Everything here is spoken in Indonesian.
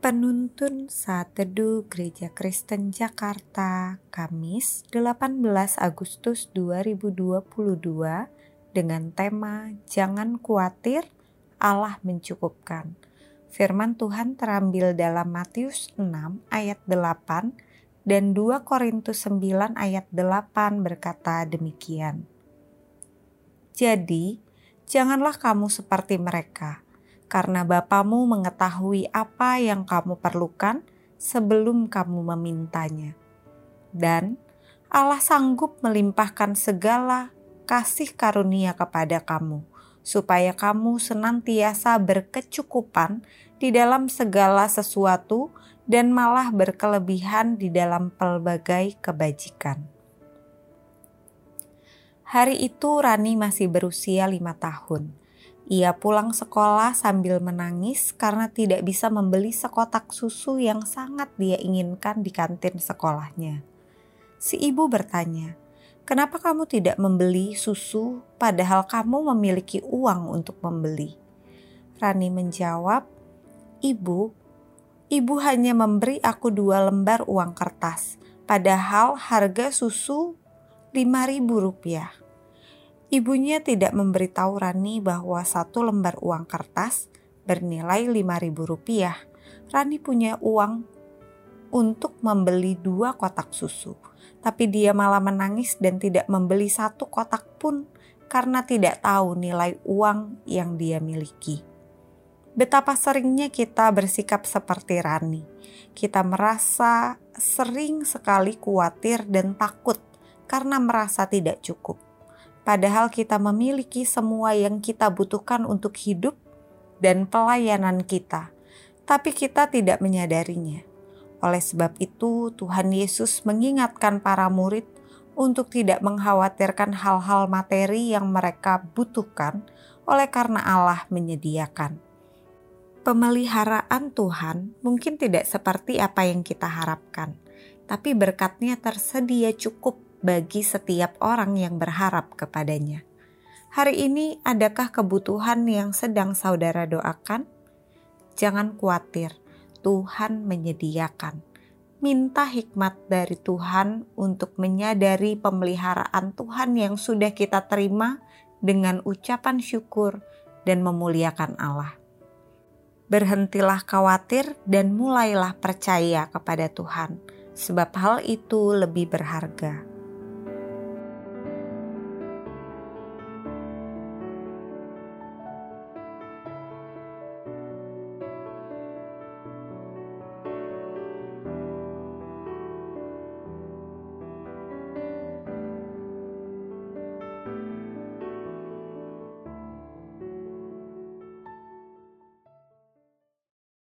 Penuntun Saat Teduh Gereja Kristen Jakarta, Kamis 18 Agustus 2022 dengan tema Jangan Khawatir, Allah Mencukupkan. Firman Tuhan terambil dalam Matius 6 ayat 8 dan 2 Korintus 9 ayat 8 berkata demikian. Jadi, janganlah kamu seperti mereka, karena Bapamu mengetahui apa yang kamu perlukan sebelum kamu memintanya. Dan Allah sanggup melimpahkan segala kasih karunia kepada kamu, supaya kamu senantiasa berkecukupan di dalam segala sesuatu dan malah berkelebihan di dalam pelbagai kebajikan. Hari itu Rani masih berusia 5 tahun. Ia pulang sekolah sambil menangis karena tidak bisa membeli sekotak susu yang sangat dia inginkan di kantin sekolahnya. Si ibu bertanya, "Kenapa kamu tidak membeli susu padahal kamu memiliki uang untuk membeli?" Rani menjawab, Ibu hanya memberi aku 2 lembar uang kertas, padahal harga susu Rp5.000. Ibunya tidak memberitahu Rani bahwa 1 lembar uang kertas bernilai Rp5.000. Rani punya uang untuk membeli 2 kotak susu, tapi dia malah menangis dan tidak membeli 1 kotak pun karena tidak tahu nilai uang yang dia miliki. Betapa seringnya kita bersikap seperti Rani. Kita merasa sering sekali khawatir dan takut karena merasa tidak cukup. Padahal kita memiliki semua yang kita butuhkan untuk hidup dan pelayanan kita, tapi kita tidak menyadarinya. Oleh sebab itu, Tuhan Yesus mengingatkan para murid untuk tidak mengkhawatirkan hal-hal materi yang mereka butuhkan oleh karena Allah menyediakan. Pemeliharaan Tuhan mungkin tidak seperti apa yang kita harapkan, tapi berkat-Nya tersedia cukup bagi setiap orang yang berharap kepadanya. Hari ini adakah kebutuhan yang sedang saudara doakan? Jangan khawatir, Tuhan menyediakan. Minta hikmat dari Tuhan untuk menyadari pemeliharaan Tuhan yang sudah kita terima dengan ucapan syukur dan memuliakan Allah. Berhentilah khawatir dan mulailah percaya kepada Tuhan, sebab hal itu lebih berharga.